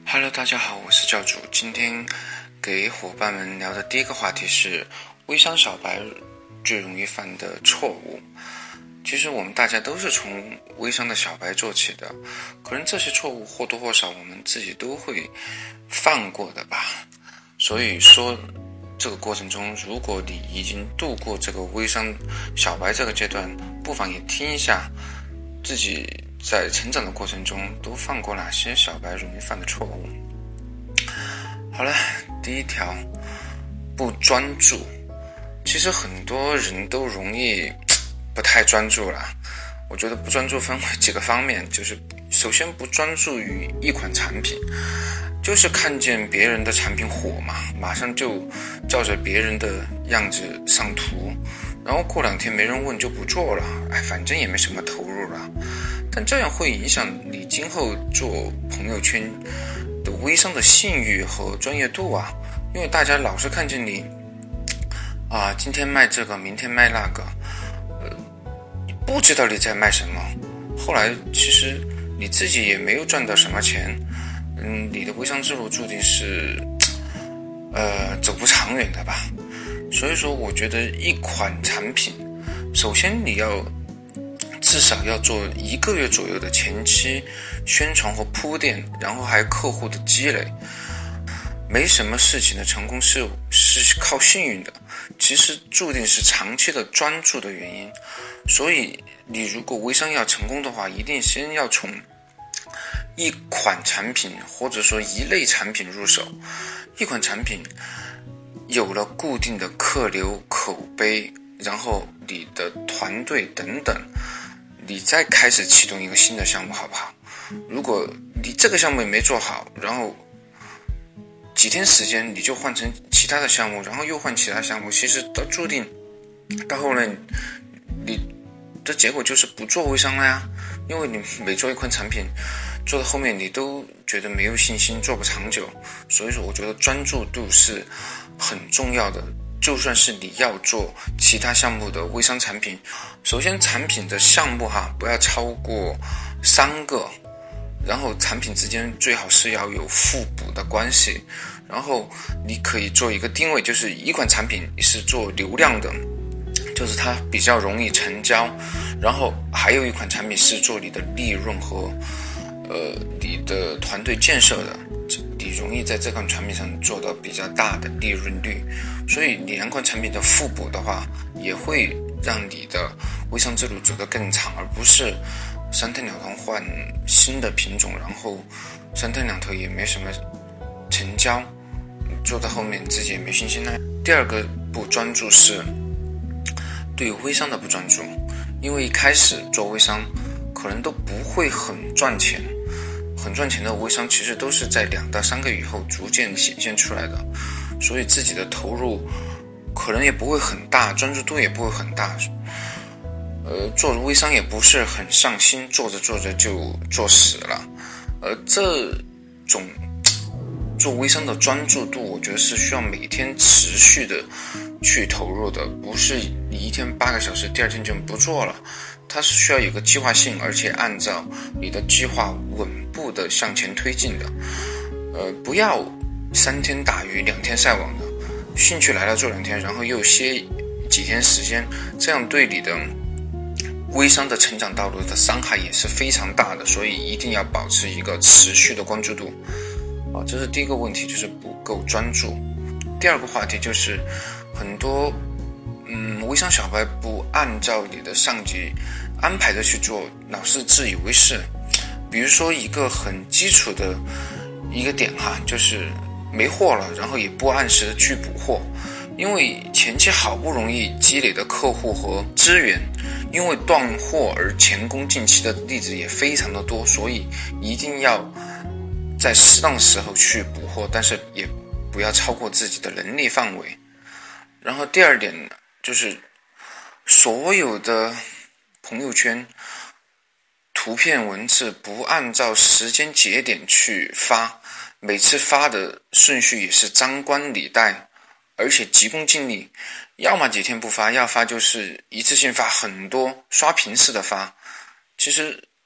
Hello，大家好，我是教主。今天给伙伴们聊的第一个话题是微商小白最容易犯的错误。其实我们大家都是从微商的小白做起的，可能这些错误或多或少我们自己都会犯过的吧。所以说这个过程中，如果你已经度过这个微商小白这个阶段，不妨也听一下自己在成长的过程中都犯过哪些小白容易犯的错误。好了，第一条，不专注。其实很多人都容易不太专注了。我觉得不专注分为几个方面，就是首先不专注于一款产品，就是看见别人的产品火嘛，马上就照着别人的样子上图，然后过2天没人问就不做了，反正也没什么投入了。但这样会影响你今后做朋友圈的微商的信誉和专业度啊，因为大家老是看见你今天卖这个，明天卖那个，不知道你在卖什么。后来其实你自己也没有赚到什么钱，你的微商之路注定是走不长远的吧。所以说我觉得一款产品，首先你要至少要做1个月左右的前期宣传和铺垫，然后还有客户的积累。没什么事情的成功是靠幸运的，其实注定是长期的专注的原因。所以你如果微商要成功的话，一定先要从一款产品或者说一类产品入手。一款产品有了固定的客流口碑，然后你的团队等等，你再开始启动一个新的项目好不好？如果你这个项目也没做好，然后几天时间你就换成其他的项目，然后又换其他项目，其实都注定到后来你的结果就是不做微商了呀。因为你每做一款产品，做到后面你都觉得没有信心，做不长久。所以说我觉得专注度是很重要的。就算是你要做其他项目的微商产品，首先产品的项目不要超过3个，然后产品之间最好是要有互补的关系，然后你可以做一个定位，就是一款产品是做流量的，就是它比较容易成交，然后还有一款产品是做你的利润和你的团队建设的，你容易在这款产品上做到比较大的利润率。所以2款产品的互补的话，也会让你的微商之路走得更长，而不是3天2头换新的品种，然后3天2头也没什么成交，做到后面自己也没信心了。第二个不专注是对微商的不专注，因为一开始做微商可能都不会很赚钱，很赚钱的微商其实都是在2到3个月以后逐渐显现出来的，所以自己的投入可能也不会很大，专注度也不会很大，做微商也不是很上心，做着做着就做死了。这种做微商的专注度，我觉得是需要每天持续的去投入的，不是你一天8个小时，第2天就不做了。它是需要有个计划性，而且按照你的计划稳步的向前推进的。不要3天打鱼2天晒网的，兴趣来了做2天，然后又歇几天时间，这样对你的微商的成长道路的伤害也是非常大的。所以一定要保持一个持续的关注度。这是第一个问题，就是不够专注。第二个话题就是很多微商小白不按照你的上级安排的去做，老是自以为是。比如说一个很基础的一个点就是没货了，然后也不按时的去补货，因为前期好不容易积累的客户和资源，因为断货而前功尽弃的例子也非常的多，所以一定要在适当的时候去补货，但是也不要超过自己的能力范围。然后第二点就是所有的朋友圈图片文字不按照时间节点去发，每次发的顺序也是张冠李戴，而且急功近利，要么几天不发，要发就是一次性发很多，刷屏式的发。其实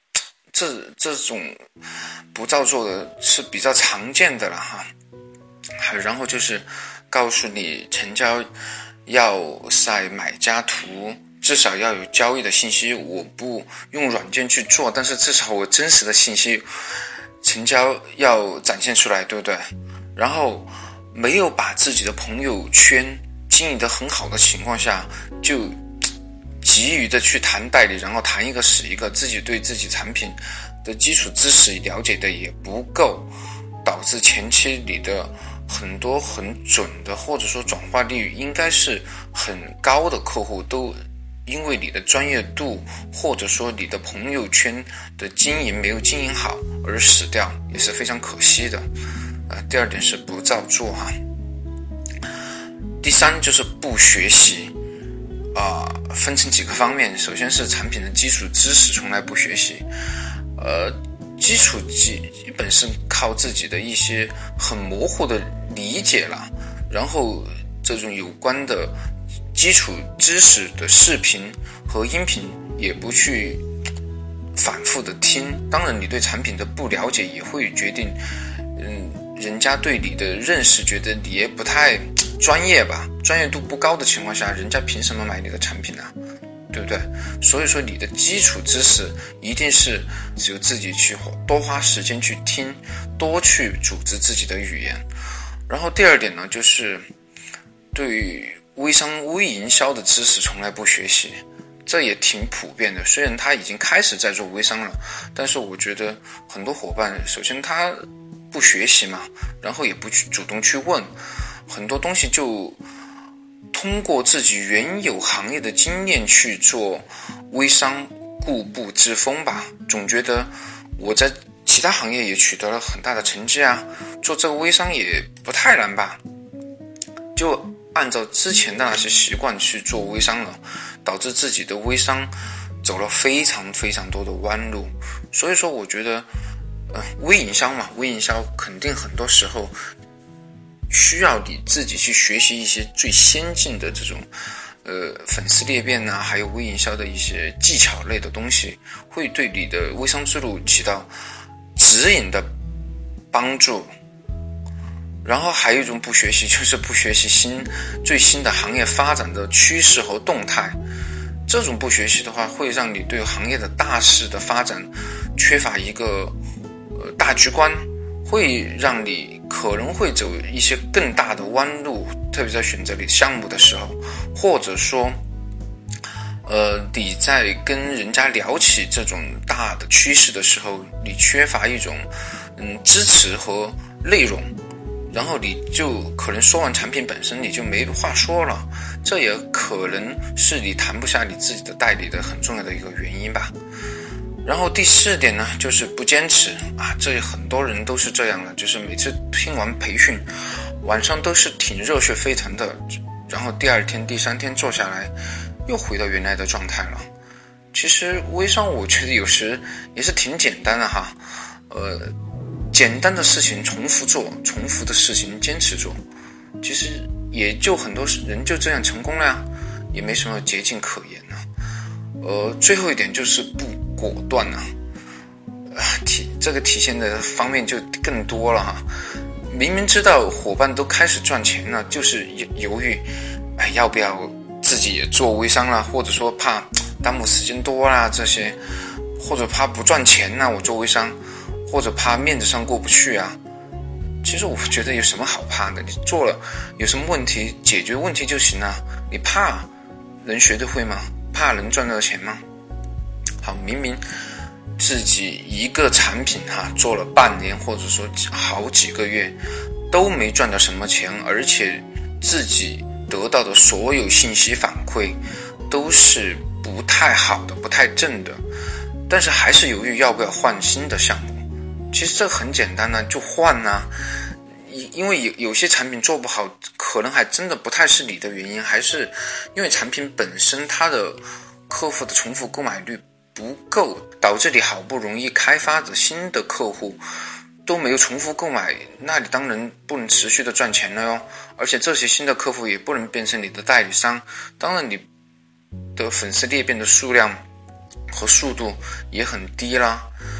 这种不照做的是比较常见的了哈。然后就是告诉你成交要晒买家图，至少要有交易的信息，我不用软件去做，但是至少我真实的信息成交要展现出来，对不对？然后没有把自己的朋友圈经营得很好的情况下，就急于的去谈代理，然后谈一个死一个，自己对自己产品的基础知识了解的也不够，导致前期你的很多很准的或者说转化率应该是很高的客户，都因为你的专业度或者说你的朋友圈的经营没有经营好而死掉，也是非常可惜的。第二点是不照做哈。第三就是不学习分成几个方面，首先是产品的基础知识从来不学习，基础基本是靠自己的一些很模糊的理解了，然后这种有关的基础知识的视频和音频也不去反复的听。当然你对产品的不了解也会决定人家对你的认识觉得你也不太专业吧，专业度不高的情况下，人家凭什么买你的产品啊？对不对？所以说你的基础知识一定是只有自己去多花时间去听，多去组织自己的语言。然后第二点呢，就是对于微商微营销的知识从来不学习，这也挺普遍的。虽然他已经开始在做微商了，但是我觉得很多伙伴首先他不学习嘛，然后也不去主动去问，很多东西就通过自己原有行业的经验去做微商，固步自封吧。总觉得我在其他行业也取得了很大的成绩啊，做这个微商也不太难吧，就按照之前的那些习惯去做微商了，导致自己的微商走了非常非常多的弯路。所以说我觉得微营销嘛，微营销肯定很多时候需要你自己去学习一些最先进的这种粉丝裂变啊，还有微营销的一些技巧类的东西，会对你的微商之路起到指引的帮助。然后还有一种不学习，就是不学习最新的行业发展的趋势和动态。这种不学习的话，会让你对行业的大势的发展缺乏一个大局观，会让你可能会走一些更大的弯路，特别在选择你项目的时候，或者说你在跟人家聊起这种大的趋势的时候，你缺乏一种支持和内容，然后你就可能说完产品本身你就没话说了，这也可能是你谈不下你自己的代理的很重要的一个原因吧。然后第四点呢，就是不坚持啊，这很多人都是这样的，就是每次听完培训晚上都是挺热血沸腾的，然后第二天第三天做下来又回到原来的状态了。其实微商我觉得有时也是挺简单的哈，简单的事情重复做，重复的事情坚持做，其实也就很多人就这样成功了呀，也没什么捷径可言啊。最后一点就是不果断啊，这个体现的方面就更多了哈。明明知道伙伴都开始赚钱了，就是犹豫，要不要自己也做微商啦，或者说怕耽误时间多啦这些，或者怕不赚钱啦，我做微商，或者怕面子上过不去啊。其实我觉得有什么好怕的，你做了有什么问题解决问题就行了，你怕能学得会吗？怕能赚到钱吗？好，明明自己一个产品做了半年或者说好几个月都没赚到什么钱，而且自己得到的所有信息反馈都是不太好的，不太正的，但是还是犹豫要不要换新的项目。其实这很简单就换啊，因为有些产品做不好，可能还真的不太是你的原因，还是因为产品本身它的客户的重复购买率不够，导致你好不容易开发的新的客户都没有重复购买，那你当然不能持续的赚钱了哟。而且这些新的客户也不能变成你的代理商，当然你的粉丝裂变的数量和速度也很低啦。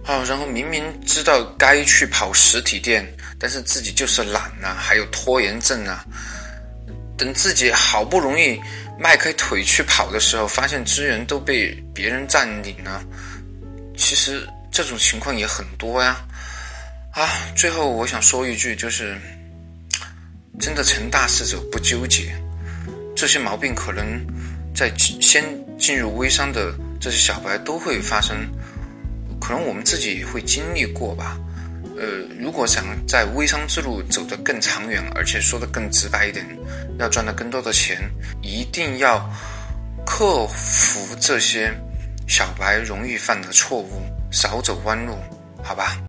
然后明明知道该去跑实体店，但是自己就是懒啊，还有拖延症啊。等自己好不容易迈开腿去跑的时候，发现资源都被别人占领了。其实这种情况也很多呀。最后我想说一句，就是真的成大事者不纠结。这些毛病可能在先进入微商的这些小白都会发生，可能我们自己也会经历过吧。如果想在微商之路走得更长远，而且说得更直白一点，要赚到更多的钱，一定要克服这些小白容易犯的错误，少走弯路，好吧？